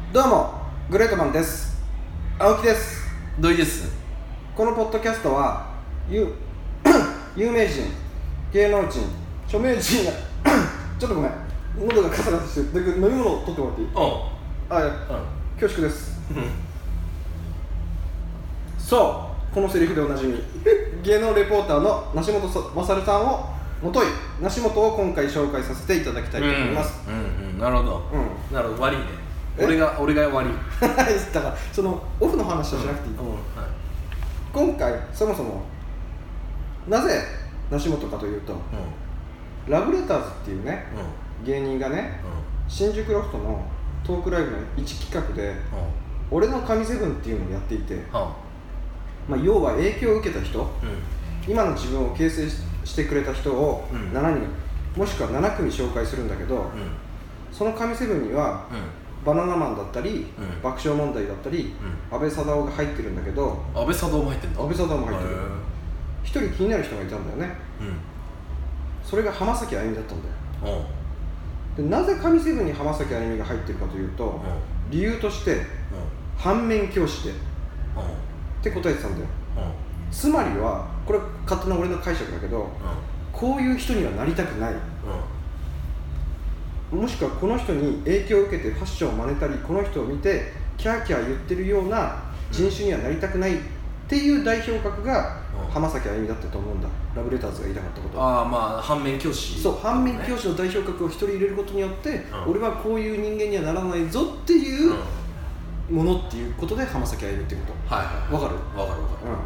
どうもグレートマンです。青木です。 土井です。 このポッドキャストは有名人、芸能人、著名人がちょっとごめん、喉がカサカサしてる。だけど飲み物を取ってもらっていい？恐縮ですそう、このセリフでおなじみ芸能レポーターの梨本勝さんをもとい、梨本を今回紹介させていただきたいと思います。 なるほど、なるほど、悪いね。俺が悪いだからそのオフの話はしなくていい、今回そもそもなぜ梨本かというと、ラブレターズっていうね、芸人がね、新宿ロフトのトークライブの一企画で、俺の神セブンっていうのをやっていて、要は影響を受けた人、今の自分を形成してくれた人を7人、もしくは7組紹介するんだけど、その神セブンには、バナナマンだったり、爆笑問題だったり、安倍貞夫が入ってるんだけど、 安倍貞夫も入ってるんだ。 安倍貞夫も入ってる。一人気になる人がいたんだよね。それが浜崎あゆみだったんだよ。でなぜ神セブンに浜崎あゆみが入ってるかというと、理由として、反面教師で、って答えてたんだよ。つまりは、これ勝手な俺の解釈だけど、こういう人にはなりたくない、もしくはこの人に影響を受けてファッションを真似たり、この人を見てキャーキャー言ってるような人種にはなりたくないっていう代表格が浜崎あゆみだったと思うんだ。ラブレターズが言いたかったことは。 反面教師、 そう、反面教師の代表格を一人入れることによって、俺はこういう人間にはならないぞっていうものっていうことで浜崎あゆみっていうこと。わかる？ わかる。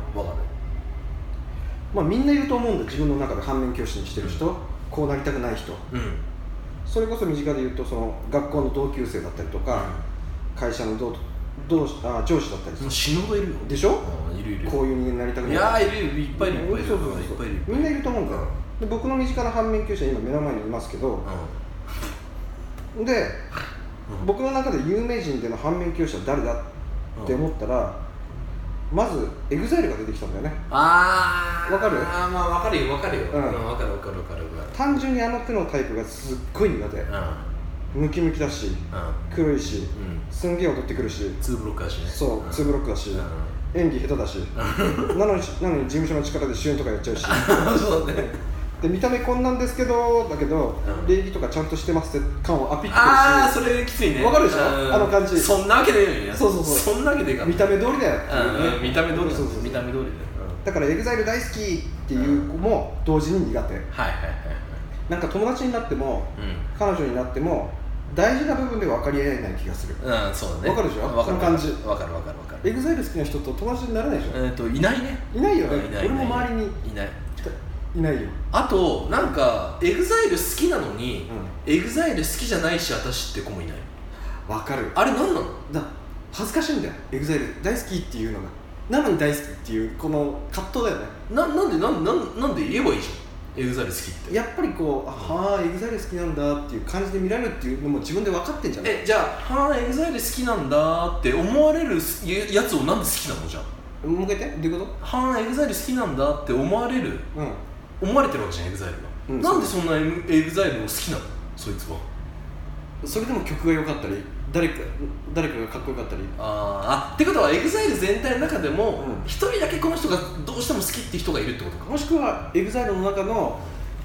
みんないると思うんだ、自分の中で反面教師にしてる人、こうなりたくない人。それこそ身近で言うと、その学校の同級生だったりとか、会社の上司だったりする。 死ぬほどいるよ。 でしょ？ いる。 こういう人間になりたくない。 いやいる、いっぱいいる。 そうみんないると思うんだよ。で、僕の身近な反面教師は今目の前にいますけど、で、僕の中で有名人での反面教師は誰だって思ったら、まずEXILEが出てきたんだよね。わかる？ わかるよ。わかる。 単純にあの手のタイプがすっごい苦手。ムキムキだし、黒いし、すんげえ踊ってくるし、 2ブロックだしね。 そう、2ブロックだし、演技下手だし、なのに事務所の力で主演とかやっちゃうしそうね。 で、見た目こんなんですけど、だけど、礼儀とかちゃんとしてますって感をアピってるし、それきついね。 わかるでしょ、あの感じ。 そんなわけねえよね。 そうそんなわけでか。 見た目通りだよっていうね。 見た目通りだよ。 だからEXILE大好きっていう子も同時に苦手。なんか友達になっても、彼女になっても大事な部分で分かり合えない気がする。 そうだね。 分かるでしょ、その感じ。 分かる。 EXILE好きな人と友達にならないでしょ。 いないね。 いないよね。俺も周りにいないよ。 あと、なんかEXILE好きなのに、EXILE好きじゃないし私って子もいない。 分かる。 あれ何なの？ 恥ずかしいんだよ、EXILE大好きっていうのが。なのに大好きっていうこの葛藤だよね。 なんで言えばいいじゃん。EXILE好きって。 やっぱりこう、EXILE好きなんだっていう感じで見られるっていうのも自分で分かってんじゃん。 じゃあEXILE好きなんだって思われるやつをなんで好きなの？じゃあもう一回言って、どういうこと？ EXILE好きなんだって思われてるわけじゃん、EXILE が。なんでそんなEXILEを好きなの、そいつは。 それでも曲が良かったり、誰かがかっこよかったり。 ってことはEXILE全体の中でも一人だけこの人がどうしても好きって人がいるってことか。 もしくはEXILEの中の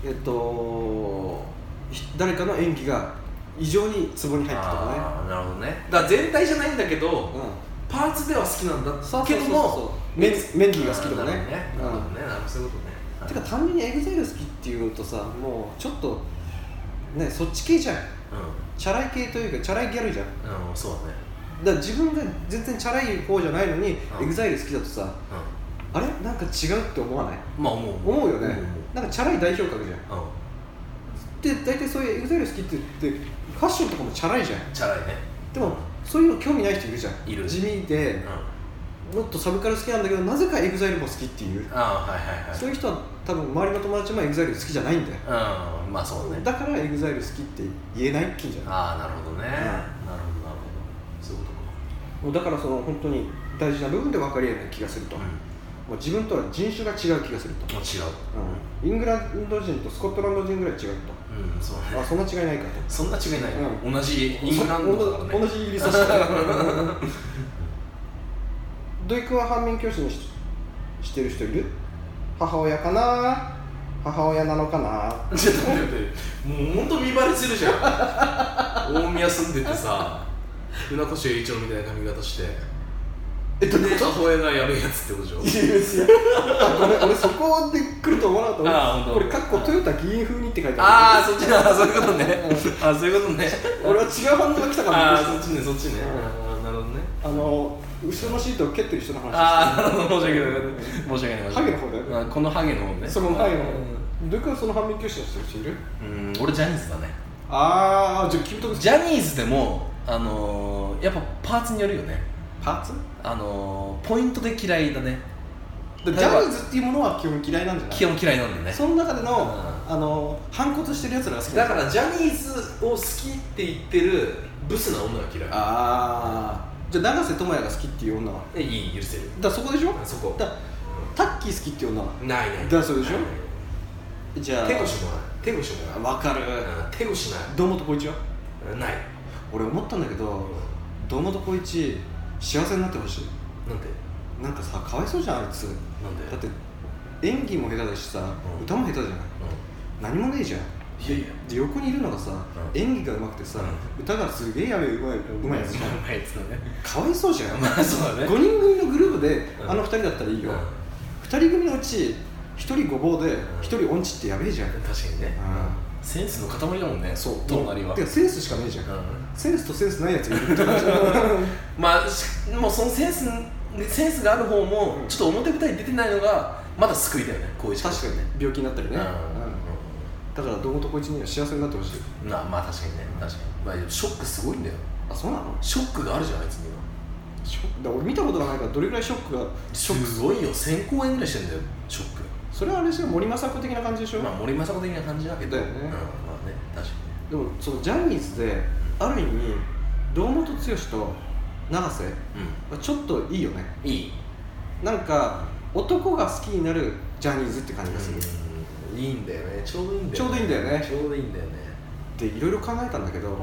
誰かの演技が異常にツボに入ってきたとかね。 なるほどね。だから全体じゃないんだけど、パーツでは好きなんだけども、 メンディーが好きとかね。 なるほどね。そういうことね。 てか単純にEXILE好きっていうとさ、もうちょっとね、そっち系じゃん。チャラい系というかチャラいギャルじゃん。 そうだね。 だから自分が全然チャラい方じゃないのにEXILE好きだとさ、あれなんか違うって思わない？思うよね。なんかチャラい代表格じゃん。で、大体そういうEXILE好きって言ってファッションとかもチャラいじゃん。 チャラいね。 でもそういうの興味ない人いるじゃん。 いる。 地味で、もっとサブカル好きなんだけど、なぜかEXILEも好きっていう。そういう人は多分周りの友達もEXILE好きじゃないんだよ。 そうね。 だからEXILE好きって言えないっていうんじゃない。 なるほどね。なるほど。そういうことか。 だからその本当に大事な部分で分かり合えない気がすると。 もう自分とは人種が違う気がすると。 違う、 イングランド人とスコットランド人ぐらい違うと。 そうね。 そんな違いないかと。 そんな違いない、同じイングランドだからね。 同じイギリスだから土井君は反面教師にしてる人いる？母親かな？母親なのかな？ ちょっと待って、もうほんと見バレするじゃん大宮住んでてさ、船越英一郎みたいな髪型してで母親がやるやつってことでしょ。 いやごめん、俺そこで来ると思わなかった。これかっこトヨタ議員風にって書いてある。 そっちだ、そういうことねそういうことね。 俺は違う反応が来たからそっちね、そっちね。なるほどね。 後ろのシートを蹴ってる人の話。 なるほど、申し訳ないハゲの方だよ。 このハゲの方ね。 そのハゲの方。どれからその反面教師をしてる人いる？ 俺ジャニーズだね。 じゃあ君とジャニーズでもやっぱパーツによるよね。 パーツ？ ポイントで嫌いだね。 ジャニーズっていうものは基本嫌いなんじゃない？ 基本嫌いなんだね。 その中での反骨してるやつらが好きだからジャニーズを好きって言ってるブスな女が嫌い。 じゃあ永瀬智也が好きっていう女は？ いい、許せる。 だからそこでしょ？ そこ。 タッキー好きっていう女は？ ない。 だからそうでしょ？じゃあ手越もない。 わかる。 手越ない。 堂本光一は？ ない。 俺思ったんだけど、堂本光一幸せになってほしい。 なんで？ なんかさ、かわいそうじゃんあいつ。 なんで？ だって演技も下手だしさ、歌も下手じゃない。何もねえじゃん。で横にいるのがさ、演技が上手くてさ、歌がすげえうまいやつじゃん。かわいそうじゃん。 そうだね。 5人組のグループであの2人だったらいいよ。2人組のうち1人ごぼうで1人音痴ってやべえじゃん。 確かにね。センスの塊だもんね。 そう。 隣は。 てかセンスしかねえじゃん。センスとセンスないやつがいるって感じ。 もうそのセンスがある方もちょっと表舞台に出てないのがまだ救いだよね。こういう確かにね。病気になったりね。だから堂本光一には幸せになってほしい。 確かにね。ショックすごいんだよ。 そうなの？ ショックがあるじゃん、あいつには。 だ俺見たことがないからどれくらいショックが。 すごいよ、1000公演ぐらいしてんだよ、ショック。 それはあれですよ、森昌子的な感じでしょ？ 森昌子的な感じだけど。 だよね。 確かに。でもそのジャニーズである意味堂本剛と永瀬はちょっといいよね。 いい。 なんか男が好きになるジャニーズって感じがする。 いいんだよね。ちょうどいいんだよね。 ちょうどいいんだよね。でいろいろ考えたんだけど、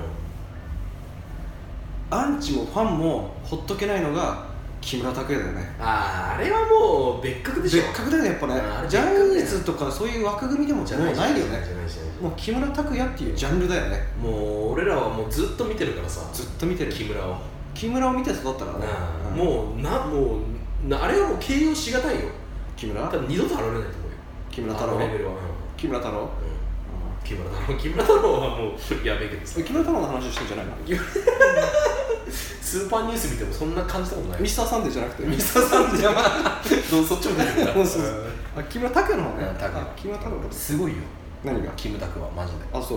アンチもファンもほっとけないのが木村拓哉だよね。 あれはもう別格でしょ。 別格だよね、やっぱね。ジャニーズとかそういう枠組みでももうないよね。もう木村拓哉っていうジャンルだよね。 もう俺らはもうずっと見てるからさ。 ずっと見てる。 木村を見て育ったからね。 もうあれはもう形容しがたいよ。 木村？ 多分二度と現れないと思うよ。木村太郎は。 木村太郎はもうやべえけどさ。 木村太郎の話してんじゃないの？ スーパーニュース見てもそんな感じたことない。 ミスターサンデーじゃなくて。 ミスターサンデーじゃなくて。そっちも出てくる。 木村拓哉の方ね。木村太郎すごいよ。 何が？ キムタクはマジで。 そう。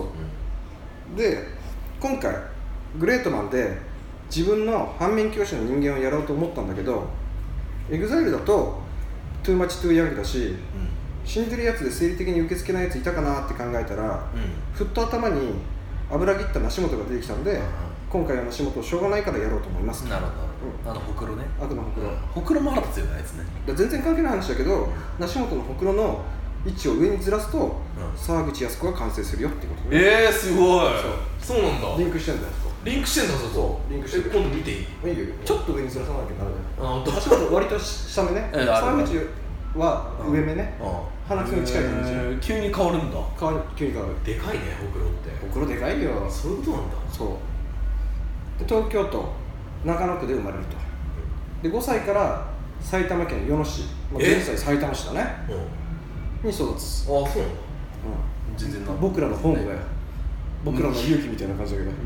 で今回グレートマンで自分の反面教師の人間をやろうと思ったんだけど、EXILE だと Too Much Too Young だし、死んでるやつで生理的に受け付けないやついたかなって考えたら、ふっと頭に油切った梨本が出てきたんで、今回は梨本をしょうがないからやろうと思います。 なるほど。ほくろね。 悪のほくろ。 ほくろも腹立つよね、あいつね。 全然関係ない話だけど、梨本のほくろの位置を上にずらすと、沢口靖子が完成するよってことね。すごい。そうなんだ。 リンクしてんだよ。 リンクしてんだ、そう。リンクしてる。今度見ていい？いいよ。ちょっと上にずらさなきゃならない。 梨本割と下目ね。沢口は上目ね。鼻くそに近い感じ。 急に変わるんだ。 急に変わる。 でかいね、ほくろって。 ほくろでかいよ。 そういうことなんだ。 そう。で東京都中野区で生まれると。で5歳から埼玉県与野市、現在埼玉市だね。に育つ。 そうなんだ。全然僕らのホームだよ。僕らの勇気みたいな感じだけど。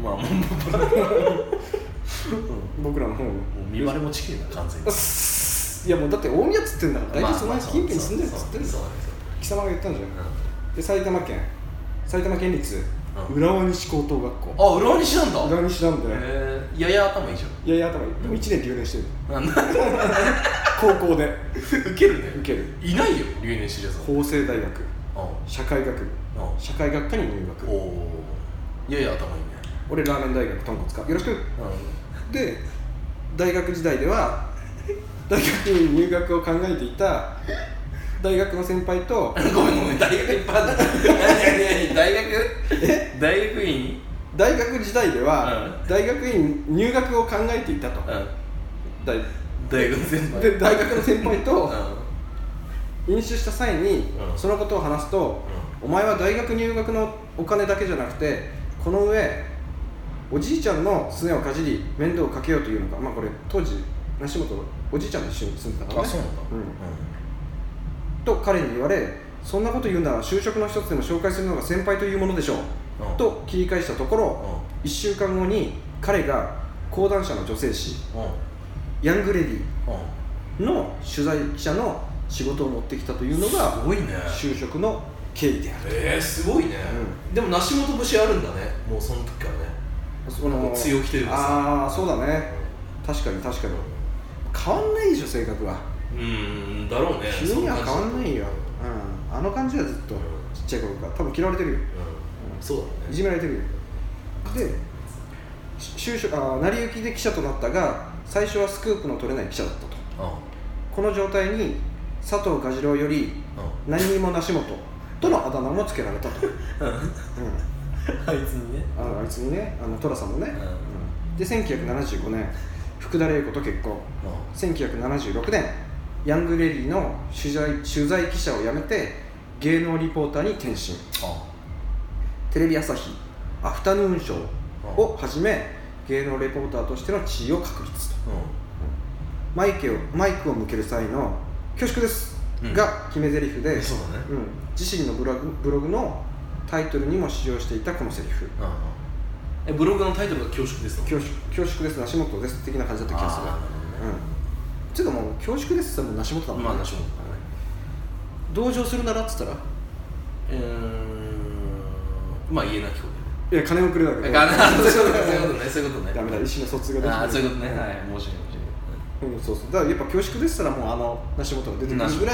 僕らのホーム。 見バレもチキンだ、完全に。 いやもうだって大宮っつってんだから大体その近辺に住んでるっつってるんですよ。貴様が言ったんじゃん。で埼玉県立浦和西高等学校。 浦和西なんだ。 浦和西なんだよ。 やや頭いいじゃん。 やや頭いい。でも1年留年してる。高校で受けるね。 受ける。 いないよ、留年してるやつ。 法政大学社会学部社会学科に入学。 やや頭いいね。 俺ラーメン大学豚骨科よろしく。で大学時代では大学に入学を考えていた大学の先輩とごめん大学いっぱいあった大学院大学時代では、大学院入学を考えていたと、大学の先輩で大学の先輩と、飲酒した際に、そのことを話すと、お前は大学入学のお金だけじゃなくてこの上おじいちゃんのすねをかじり面倒をかけようというのか、まあこれ当時梨本おじいちゃんと一緒に住んでたからね。 あ、そうなんだ、 と彼に言われ、そんなこと言うなら就職の一つでも紹介するのが先輩というものでしょう、と切り返したところ、1週間後に彼が講談社の女性誌、ヤングレディの取材記者の仕事を持ってきたというのがすごいね、 就職の経緯である。 すごいね、でも梨本節あるんだね、もうその時からね、その強気というかさ。 ああそうだね、確かに変わんないでしょ性格は。 だろうね。 急には変わんないよ、あの感じはずっとちっちゃい頃から多分嫌われてるよ、 そうだね、 いじめられてるよ。で成り行きで記者となったが最初はスクープの取れない記者だったと、この状態に佐藤蛾次郎より何にも梨本とのあだ名もつけられたとあいつにね、 あいつにね、寅さんもね、で1975年福田玲子と結婚、1976年ヤングレディの取材記者を辞めて芸能リポーターに転身、テレビ朝日アフタヌーンショーをはじめ芸能レポーターとしての地位を確立と、マイクを向ける際の恐縮ですが決め台詞で、 そうだね、 自身のブログのタイトルにも使用していたこのセリフ、 ブログのタイトルが恐縮ですの？ 恐縮です梨本です的な感じだった気がする。ちょっともう恐縮ですってもう梨本だもんね。 まあ梨本同情するならっつったらまあ言えなきこといや金をくれだけどそういうことねダメだ意思の疎通ができない。 そういうことね、はい、申し訳ない。 そうだからやっぱ恐縮ですったらもう梨本が出てくるぐらい、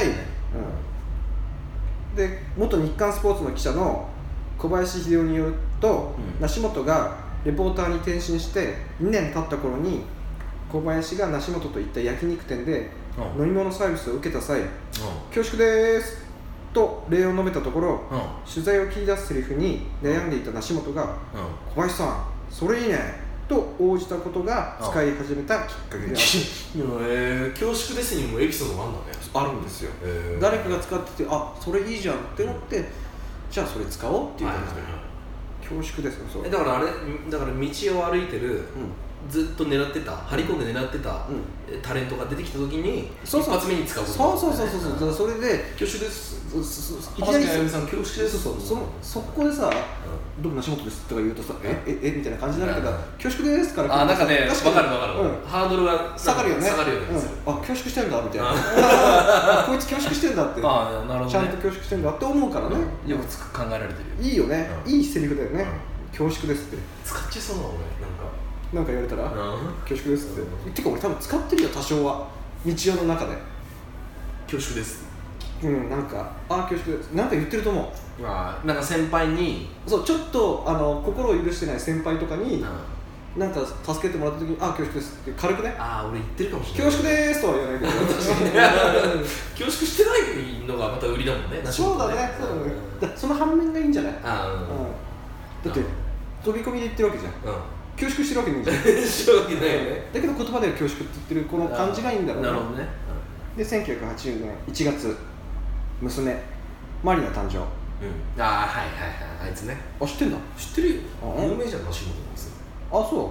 で元日刊スポーツの記者の小林秀夫によると、梨本がレポーターに転身して2年経った頃に小林が梨本といった焼肉店で飲み物サービスを受けた際、恐縮ですと礼を述べたところ、取材を切り出すセリフに悩んでいた梨本が、小林さんそれいいねと応じたことが使い始めたきっかけである。 恐縮ですにもエピソードがあるんだね。 あるんですよ、誰かが使っててそれいいじゃんって思って、じゃあそれ使おうっていう感じで、恐縮ですよ。そうだから道を歩いてる、ずっと狙ってた張り込んで狙ってた、タレントが出てきた時に一発目に使うこと。 そうそれで恐縮ですいきなり浜崎あゆみさん恐縮です。 そこでさどうも梨本ですとか言うとさみたいな感じになるけど、恐縮ですからなんかね分かるハードルが下がるよね。恐縮してるんだみたいなこいつ恐縮してんだって、ちゃんと恐縮してんだって思うからね。 よく考えられてる。 いいよね、いいセリフだよね、恐縮ですって。 使っちゃいそうな俺なんか言われたら恐縮ですっててか俺多分使ってるよ多少は日常の中で恐縮ですなんか恐縮ですなんか言ってると思う。 なんか先輩にそうちょっと心を許してない先輩とかになんか助けてもらった時に恐縮ですって軽くね俺言ってるかもしれない。 恐縮ですとは言わないけど恐縮してないのがまた売りだもんね。 そうだねその反面がいいんじゃない。だって飛び込みで言ってるわけじゃん。恐縮してるわけないじゃんしてるわけないよね。 だけど言葉では恐縮って言ってるこの感じがいいんだろうね。 なるほどね。 で1980年1月娘マリナ誕生。 あいつね。 知ってんだ。 知ってるよ。有名じゃん梨本です。 そう。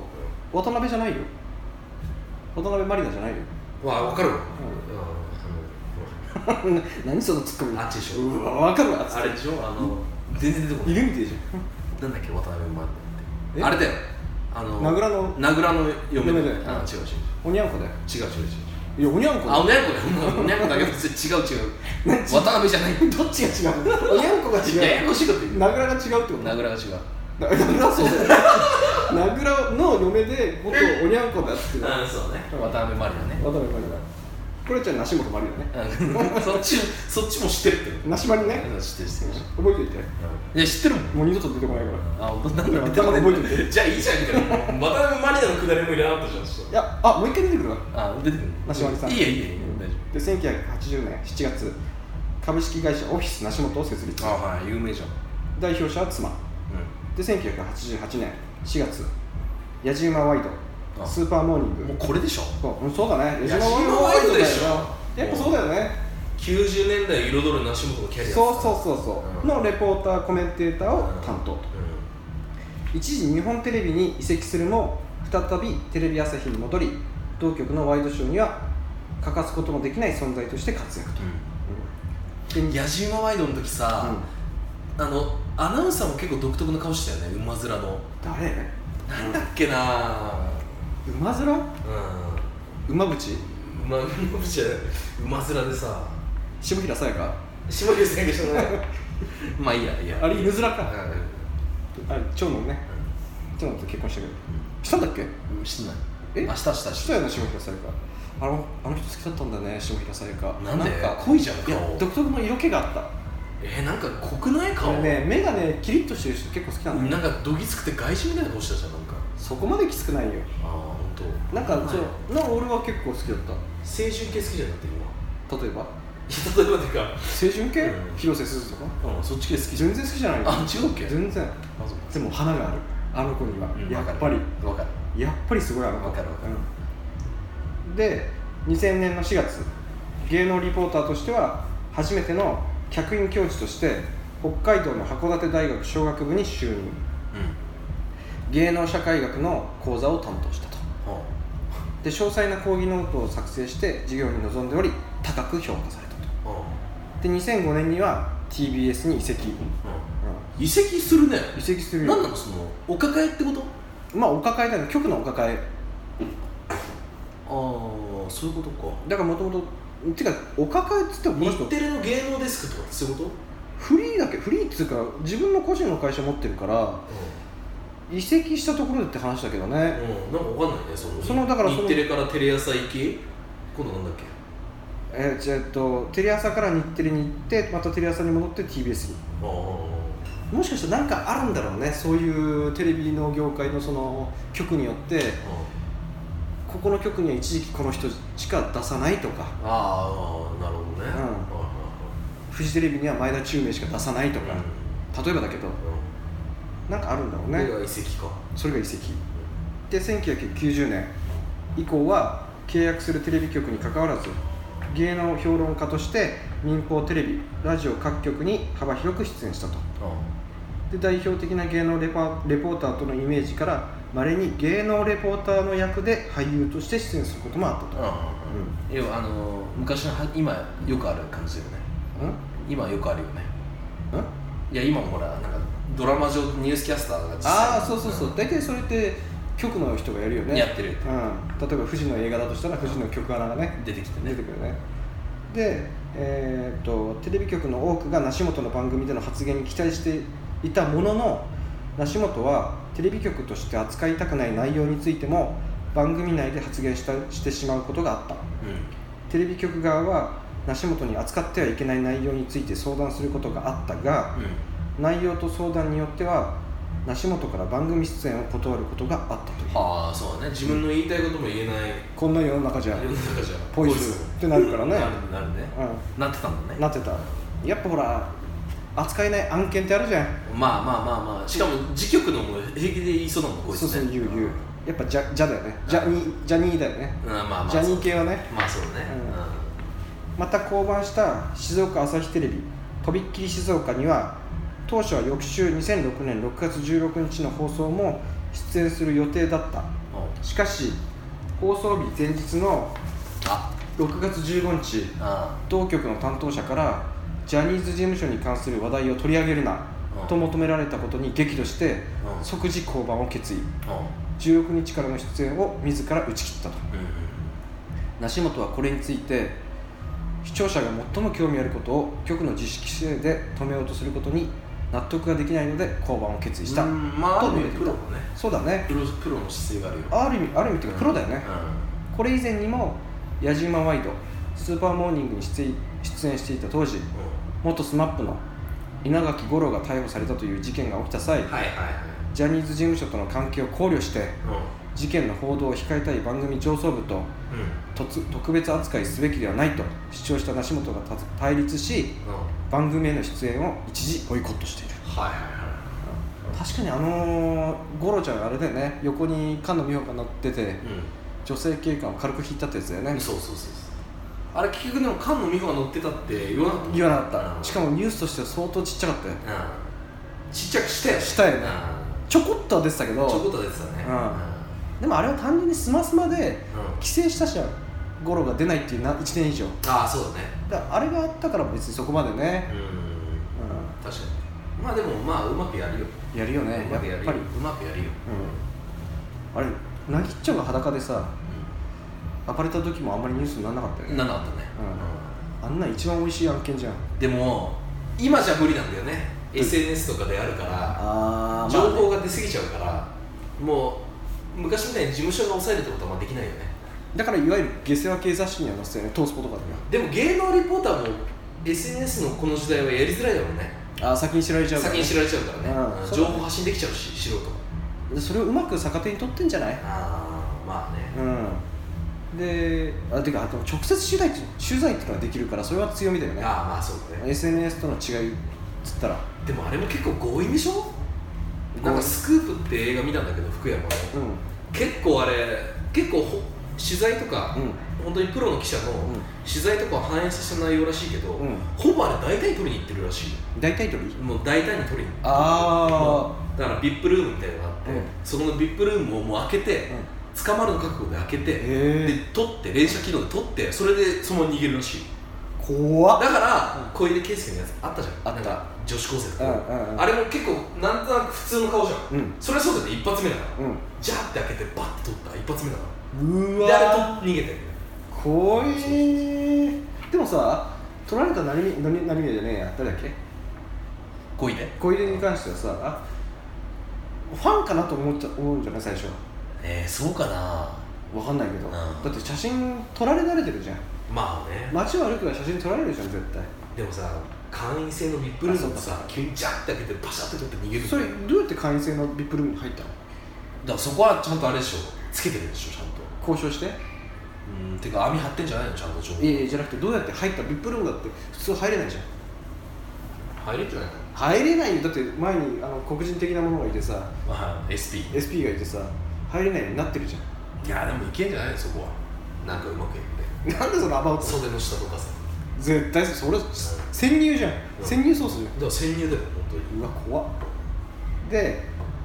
渡辺じゃないよ。渡辺マリナじゃないよ。 わかるわ。 何そのツッコミ。 あっちでしょ。 わかるわ。 あれでしょ。全然出てこない。 いるみたいじゃん。なんだっけ渡辺マリナって。あれだよ。 名倉の嫁だよ。違う。 おにゃんこだよ。 違う。 いやおにゃんこだ。 おにゃんこだよ。おにゃんこだけど違う。渡辺じゃない。 どっちが違う。おにゃんこが違う。 ややこしいこと言う。 名倉が違うってこと。 名倉が違う。 名倉の嫁で元おにゃんこだって。 そうね。渡辺マリナね。 渡辺マリナ。 これじゃあ梨本マリだねそっちも知ってるって梨マリね知ってる覚えておいて、 いや知ってるもんもう二度と出てこないから本当なんだ頭で覚えておいてじゃあいいじゃんみたいな渡辺マリナのくだりもいらなかったじゃんいやもう一回出てくるわ出てくる梨マリさんいいや大丈夫で1980年7月株式会社オフィス梨本を設立はい有名じゃん代表者は妻、で1988年4月矢島ワイドスーパーモーニングもうこれでしょそうだね矢島ワイドでしょやっぱそうだよね 90年代彩る梨本のキャリアそうのレポーターコメンテーターを担当と、一時日本テレビに移籍するも再びテレビ朝日に戻り同局のワイドショーには欠かすことのできない存在として活躍と、 矢島ワイドの時さ、アナウンサーも結構独特の顔してたよね馬面の誰なんだっけな馬面馬淵馬淵じゃない馬面でさ下平さやか下平さやかじゃないまあいいやあれ犬面かあれ長男ね長男と結婚したけどしたんだっけしてないしたよね下平さやかあの人好きだったんだね下平さやかなんでか濃いじゃん顔いや独特の色気があったなんか濃くない顔ね目がねキリッとしてる人結構好きなんだよなんかどぎつくて外人みたいな顔してたじゃんなんかそこまできつくないよ本当なんか俺は結構好きだった青春系好きじゃなくて今例えばっていうか青春系、広瀬すずとかそっち系好き全然好きじゃないよ違うっけ全然でも花があるあの子には、やっぱり分かるやっぱりすごいあの子分かるで2000年の4月芸能リポーターとしては初めての客員教授として北海道の函館大学商学部に就任、芸能社会学の講座を担当したと、で詳細な講義ノートを作成して授業に臨んでおり高く評価されたと、で2005年には TBS に移籍、 移籍するね移籍するよ何なのそのお抱えってことまあお抱えだよね局のお抱えそういうことかだからもともとてかお抱えっつってもこの人日テレの芸能デスクとかそういうことフリーっつうか自分の個人の会社持ってるから、移籍したところでって話だけどね、 なんか分かんないねそのだから日テレからテレ朝行き今度なんだっけテレ朝から日テレに行ってまたテレ朝に戻って TBS にもしかしたら何かあるんだろうねそういうテレビの業界のその局によってここの局には一時期この人しか出さないとかなるほどね、 フジテレビには前田忠明しか出さないとか、例えばだけど、なんかあるんだろうねそれが移籍かそれが移籍、で1990年以降は契約するテレビ局にかかわらず芸能評論家として民放テレビラジオ各局に幅広く出演したと、で代表的な芸能レポーターとのイメージから稀に芸能レポーターの役で俳優として出演することもあったと、 要は昔の今よくある感じだよね、今よくあるよね、いや今もほらなんかドラマ上ニュースキャスターが実際そう大体それって局の人がやるよねやってる、 例えば富士の映画だとしたら富士の局アナがね出てきてね出てくるねで、テレビ局の多くが梨本の番組での発言に期待していたものの梨本はテレビ局として扱いたくない内容についても番組内で発言してしまうことがあった、テレビ局側は梨本に扱ってはいけない内容について相談することがあったが、内容と相談によっては梨本から番組出演を断ることがあったという。 そうだね、自分の言いたいことも言えない、 こんな世の中じゃポイズンってなるからねなるね、なってたんだね、 なってた。やっぱほら扱えない案件ってあるじゃん。 まあしかも自局のも平気で言いそうなもんこいつね。 そう言うやっぱジャだよね、ジャニーだよね、ジャニー系はね、 そうだね、 また降板した静岡朝日テレビとびっきり静岡には当初は翌週2006年6月16日の放送も出演する予定だった。しかし放送日前日の6月15日同局の担当者からジャニーズ事務所に関する話題を取り上げるなと求められたことに激怒して即時降板を決意、16日からの出演を自ら打ち切ったと、梨本はこれについて視聴者が最も興味あることを局の自主規制で止めようとすることに納得ができないので降板を決意したと述べていた。 プロのね、 そうだね、 プロの姿勢があるよ。 ある意味っていうかプロだよね、これ以前にも矢島ワイドスーパーモーニングに出演していた当時、元SMAPの稲垣吾郎が逮捕されたという事件が起きた際、ジャニーズ事務所との関係を考慮して、事件の報道を控えたい番組上層部と、特別扱いすべきではないと主張した梨本が対立し、番組への出演を一時ボイコットしている。確かに五郎ちゃんあれだよね、横に菅野美穂が乗ってて、女性警官を軽く引いたってやつだよね。 そうあれ結局でも菅野美穂が乗ってたって言わなかった。 しかもニュースとしては相当ちっちゃかったよ。 ちっちゃくしたよね。 ちょこっとは出てたけど、でもあれは単純にスマスマで規制したじゃん、ゴロが出ないっていう1年以上。 そうだね。 あれがあったから別にそこまでね。 確かに。まあでもうまくやるよ。 やるよね。やっぱりうまくやるよ。 あれなぎっちょが裸でさ、暴れた時もあんまりニュースにならなかったよね。 ならなかったね。 あんな一番美味しい案件じゃん。 でも今じゃ無理なんだよね。SNS とかであるから情報が出過ぎちゃうから、もう昔みたいに事務所が抑えるってことはできないよね。 だからいわゆる下世話系雑誌には載せてね、トースポとかでも芸能リポーターも SNS のこの時代はやりづらいだろうね。 先に知られちゃうからね。 情報発信できちゃうし、素人それをうまく逆手に取ってんじゃない？ まあね。 で、てか直接取材っていうのができるから、それは強みだよね。 まあそうだね。 SNS との違いっつったら。 でもあれも結構強引でしょ。なんかスクープって映画見たんだけど、福山の、結構取材とか、本当にプロの記者の取材とかを反映させた内容らしいけど、ほぼあれ大体取りに行ってるらしい。 大体取り？ もう大体に取りに行ってる。だから VIP ルームみたいなのがあって、その VIP ルームをもう開けて、捕まるの覚悟で開けて、で取って連射機能で取って、それでそのまま逃げるらしい。 怖っ。 だから小出圭介のやつあったじゃん。 あった。 女子高生とか、あれも結構なんとなく普通の顔じゃん。それはそうだよね、一発目だから。ジャーって開けてバッて取った一発目だから。 うわ。 であれと逃げてる。 怖い。でもさ、取られた何目じゃねえや、誰だっけ？小出に関してはさ、ファンかなと思うんじゃない最初は。 そうかな。 わかんないけど、だって写真撮られ慣れてるじゃん。 まあね。 街を歩けば写真撮られるじゃん絶対。 でもさ、会員制の VIP ルームとさ、急にジャッて開けてバシャって取って逃げる。 それどうやって会員制の VIP ルームに入ったの？ だからそこはちゃんとあれでしょ、つけてるでしょ、ちゃんと交渉して。 てか網張ってんじゃないの、ちゃんと情報。 じゃなくて、どうやって入った VIP ルームだって普通入れないじゃん。 入れるんじゃないの？ 入れないよ。だって前に黒人的なものがいてさ、 SP がいてさ、入れないようになってるじゃん。 いやでもいけんじゃないの、そこは。なんかうまくやって。 なんでそのアバウト？ 袖の下とかさ。 絶対それ潜入じゃん。潜入ソースじゃん。 だから潜入だよ本当に。 うわ怖っ。で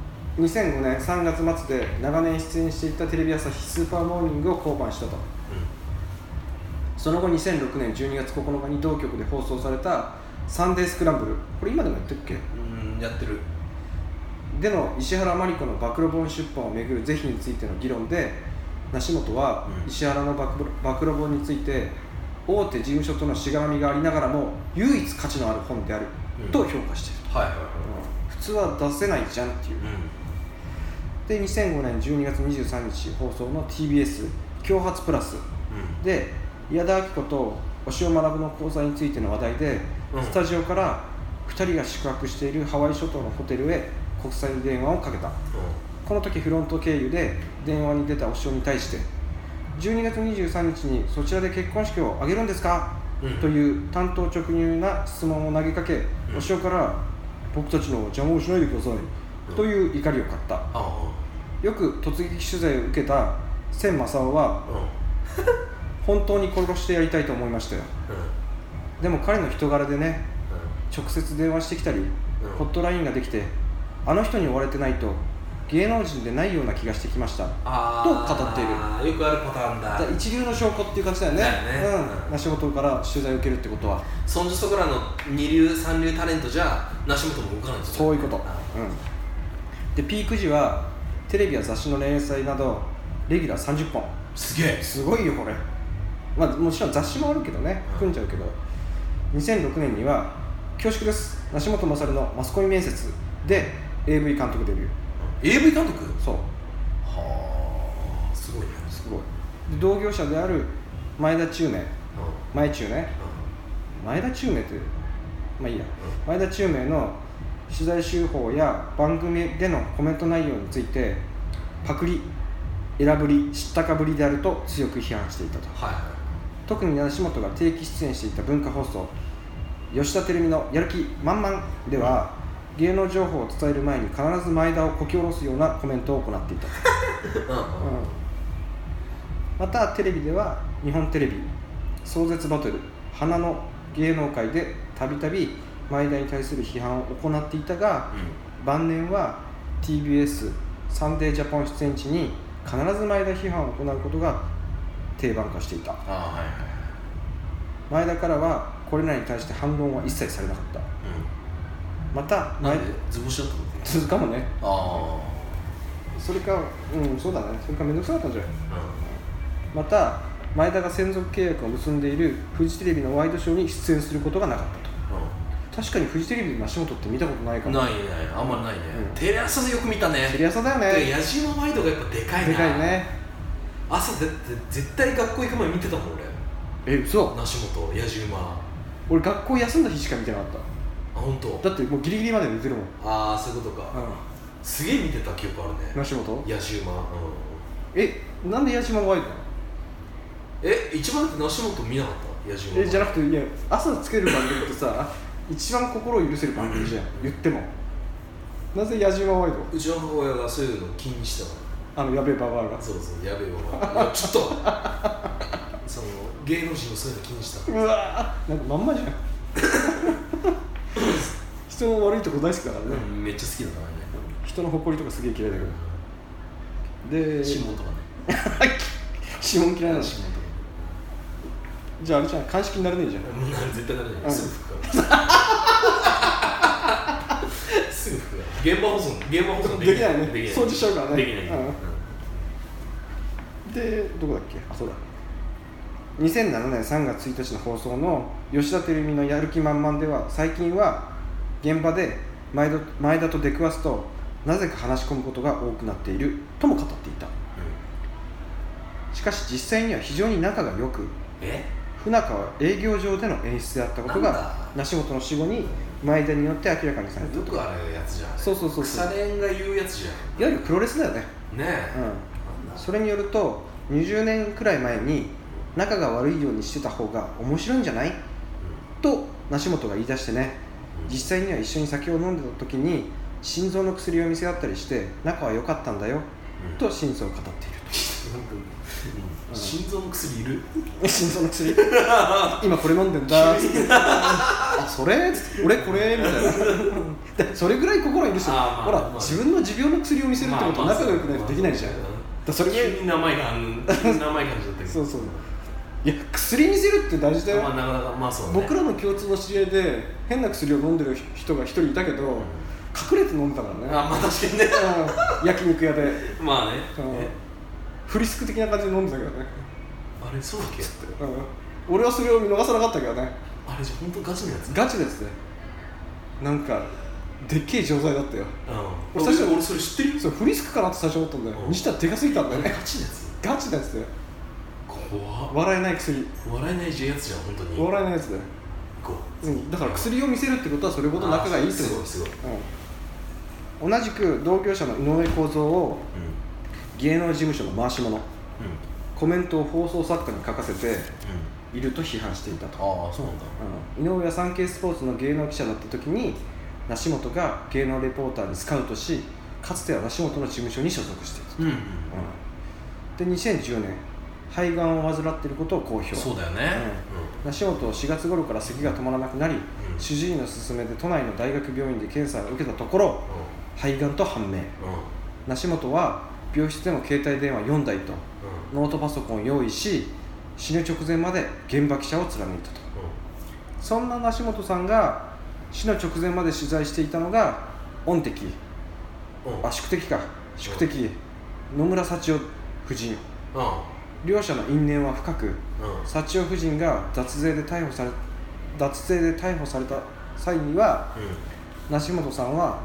2005年3月末で長年出演していたテレビ朝日スーパーモーニングを降板したと。その後2006年12月9日に同局で放送されたサンデースクランブル、これ今でもやってるっけ？ やってる。 での石原まり子の暴露本出版をめぐる是非についての議論で、梨本は石原の暴露本について大手事務所とのしがらみがありながらも唯一価値のある本であると評価していると。普通は出せないじゃんっていう。で2005年12月23日放送の TBS 強発プラスで、矢田亜希子と押尾学の講座についての話題で、スタジオから2人が宿泊しているハワイ諸島のホテルへ国際電話をかけた。この時フロント経由で電話に出た押尾に対して、12月23日にそちらで結婚式を挙げるんですか、という単刀直入な質問を投げかけ、押尾から僕たちの邪魔をしないでください、という怒りを買った。よく突撃取材を受けた千正夫は、本当に殺してやりたいと思いましたよ、でも彼の人柄でね、直接電話してきたり、ホットラインができて、あの人に追われてないと芸能人でないような気がしてきましたと語っている。 よくあるパターンだ。 一流の証拠っていう感じだよね。梨本から取材を受けるってことは、 そんじょそこらの二流三流タレントじゃ梨本も動かないんですよ。 そういうこと。でピーク時はテレビや雑誌の連載などレギュラー30本。 すげえ、 すごいよこれ。もちろん雑誌もあるけどね、含んじゃうけど、2006年には恐縮です、梨本勝のマスコミ面接で AV 監督デビュー。 AV 監督？ そう。 はあ、すごいね。 すごい。で同業者である前田中年前中ね、前田中明ってまあいいや、前田中明の取材手法や番組でのコメント内容についてパクリ、選ぶり、知ったかぶりであると強く批判していたと、特に梨本が定期出演していた文化放送吉田照美のやる気満々では、芸能情報を伝える前に必ず前田をこき下ろすようなコメントを行っていたまたテレビでは日本テレビ壮絶バトル花の芸能界でたびたび前田に対する批判を行っていたが、晩年は TBS サンデージャポン出演地に必ず前田批判を行うことが定番化していた。前田からはこれらに対して反論は一切されなかった。またなんで図星だったの？ 続かもね。それか、そうだね。それかめんどくさかったんじゃない。また前田が専属契約を結んでいるフジテレビのワイドショーに出演することがなかったと。確かにフジテレビで梨本って見たことないかも。 ないね、あんまりないね。テレ朝でよく見たね。 テレ朝だよね。 矢島ワイドがやっぱでかいな。 でかいね。 朝で絶対学校行く前見てたもん俺。 嘘？ 梨本、矢島。 俺学校休んだ日しか見てなかった。 本当？ だってもうギリギリまで寝てるもん。 そういうことか。すげえ見てた記憶あるね。 梨本？ 矢島。 なんで矢島ワイドなの？ 一番だって梨本見なかった矢島。 じゃなくて、いや朝つける番組ってさ一番心を許せる番組じゃん、言っても。なぜ矢島ワイド？ うちの母親がそういうの気にしてたから。やべえババアが。 そうやべえババア。ちょっとその芸能人のそういうの気にした。 うわー、なんかまんまじゃん人の悪いとこ大好きだからね。 めっちゃ好きだからね。 人の誇りとかすげえ嫌いだけど。で、 指紋とかね指紋嫌いなの。じゃああれじゃん、鑑識になれねえじゃん。 絶対なれない。すぐ拭くからすぐ拭くから。現場保存できないね。掃除しちゃうからね。 できない。 で、どこだっけ？そうだ。2007年3月1日の放送の吉田照美のやる気満々では、最近は現場で前田と出くわすとなぜか話し込むことが多くなっているとも語っていた。しかし実際には非常に仲が良く、不仲は営業上での演出であったことが梨本の死後に前田によって明らかにされた。 よくあれやつじゃん。 そう腐れ縁が言うやつじゃん。 いわゆるプロレスだよね。それによると20年くらい前に仲が悪いようにしてた方が面白いんじゃない、と梨本が言い出してね、実際には一緒に酒を飲んでた時に心臓の薬を見せ合ったりして仲は良かったんだよ、と真相を語っている心臓の薬いる？ 心臓の薬今これ飲んでんだそれ俺これみたいなそれぐらい心いるし、ほら、自分の持病の薬を見せるってことは仲が良くないとできないじゃん。それぐらい急に名前感じだったけどそういや、薬見せるって大事だよ。 なかなかそうね。 僕らの共通の知り合いで変な薬を飲んでる人が一人いたけど、隠れて飲んでたからね。 確かにね焼肉屋でフリスク的な感じで飲んでたけどね。 あれそうだっけ？ 俺はそれを見逃さなかったけどね。 あれじゃ本当ガチのやつ？ ガチですね。なんかでっけえ錠剤だったよ。 俺それ知ってるよ。 そう、フリスクかなって最初思ったんだよ。にしたらでかすぎたんだよね。 ガチなやつ？ ガチなやつだよ。 怖っ。 笑えない薬。 笑えないやつじゃん、本当に。 笑えないやつだよ。だから薬を見せるってことはそれほど仲がいいってこと。 すごい。 同じく同業者の井上公造を芸能事務所の回し者、コメントを放送作家に書かせていると批判していたと。 そうなんだ。 井上はサンケイスポーツの芸能記者だった時に梨本が芸能レポーターにスカウトし、かつては梨本の事務所に所属していると。で、2010年肺がんを患っていることを公表。 そうだよね。 梨本4月頃から咳が止まらなくなり、主治医の勧めで都内の大学病院で検査を受けたところ、肺がんと判明。梨本は病室での携帯電話4台とノートパソコンを用意し、死ぬ直前まで現場記者を貫いたと。そんな梨本さんが死の直前まで取材していたのが御敵、宿敵野村幸代夫人。両者の因縁は深く、幸代夫人が脱税で逮捕された際には、梨本は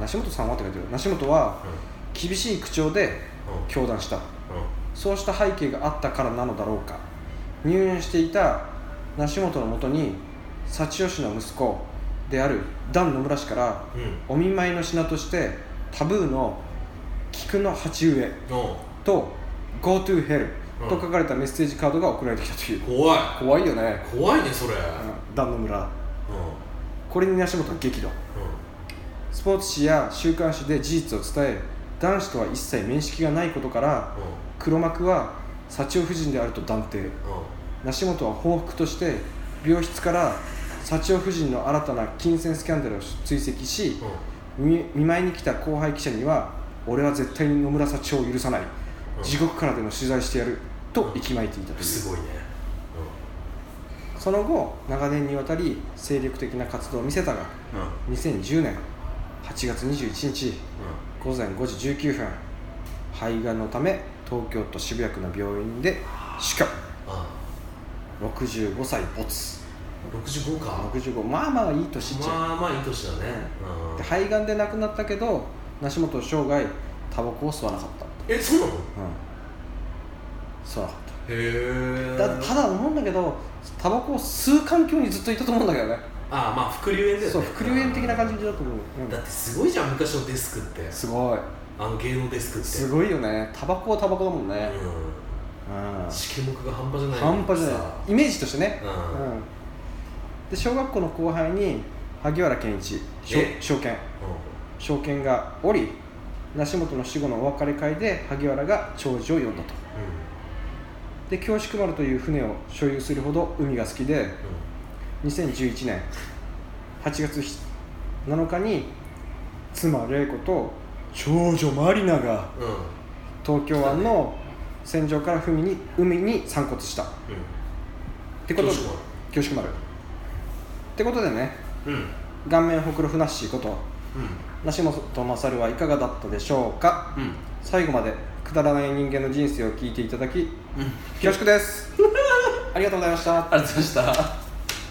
厳しい口調で糾弾した。そうした背景があったからなのだろうか。入院していた梨本のもとに幸吉の息子であるダン野村氏から、お見舞いの品としてタブーの菊の鉢植えと Go to Hell と書かれたメッセージカードが送られてきたという。怖いよね。 怖いねそれ。 ダン野村、これに梨本は激怒、スポーツ紙や週刊誌で事実を伝え、男子とは一切面識がないことから、黒幕は幸男夫人であると断定、梨本は報復として病室から幸男夫人の新たな金銭スキャンダルを追跡し、見舞いに来た後輩記者には俺は絶対に野村幸男を許さない、地獄からでも取材してやると息巻いていたという。 すごいね。 その後長年にわたり精力的な活動を見せたが、2010年8月21日、午前5時19分肺がんのため東京都渋谷区の病院で死去。65歳没。 65か。 65、まあまあいい年っちゃ。 まあいい年だね。 で肺がんで亡くなったけど梨本生涯タバコを吸わなかった。 そうなの？ 吸わなかった。 へえ。 ただ思うんだけど、タバコを吸う環境にずっといたと思うんだけどね。 まあ副流煙だよね。 そう、副流煙的な感じだと思う。 だってすごいじゃん、昔のデスクって。すごい。芸能デスクってすごいよね。タバコはタバコだもんね。 試験目が半端じゃない。 半端じゃない。イメージとしてね。で小学校の後輩に萩原健一証券がおり、梨本の死後のお別れ会で萩原が弔辞を読んだと。で京宿丸という船を所有するほど海が好きで、2011年8月7日に妻玲子と長女マリナが東京湾の船上から海に散骨した、ってことで京宿丸ってことでね、顔面ほくろふなっしーこと、梨本勝はいかがだったでしょうか。最後までくだらない人間の人生を聞いていただき、恐縮です。ありがとうございました。 ありがとうございました。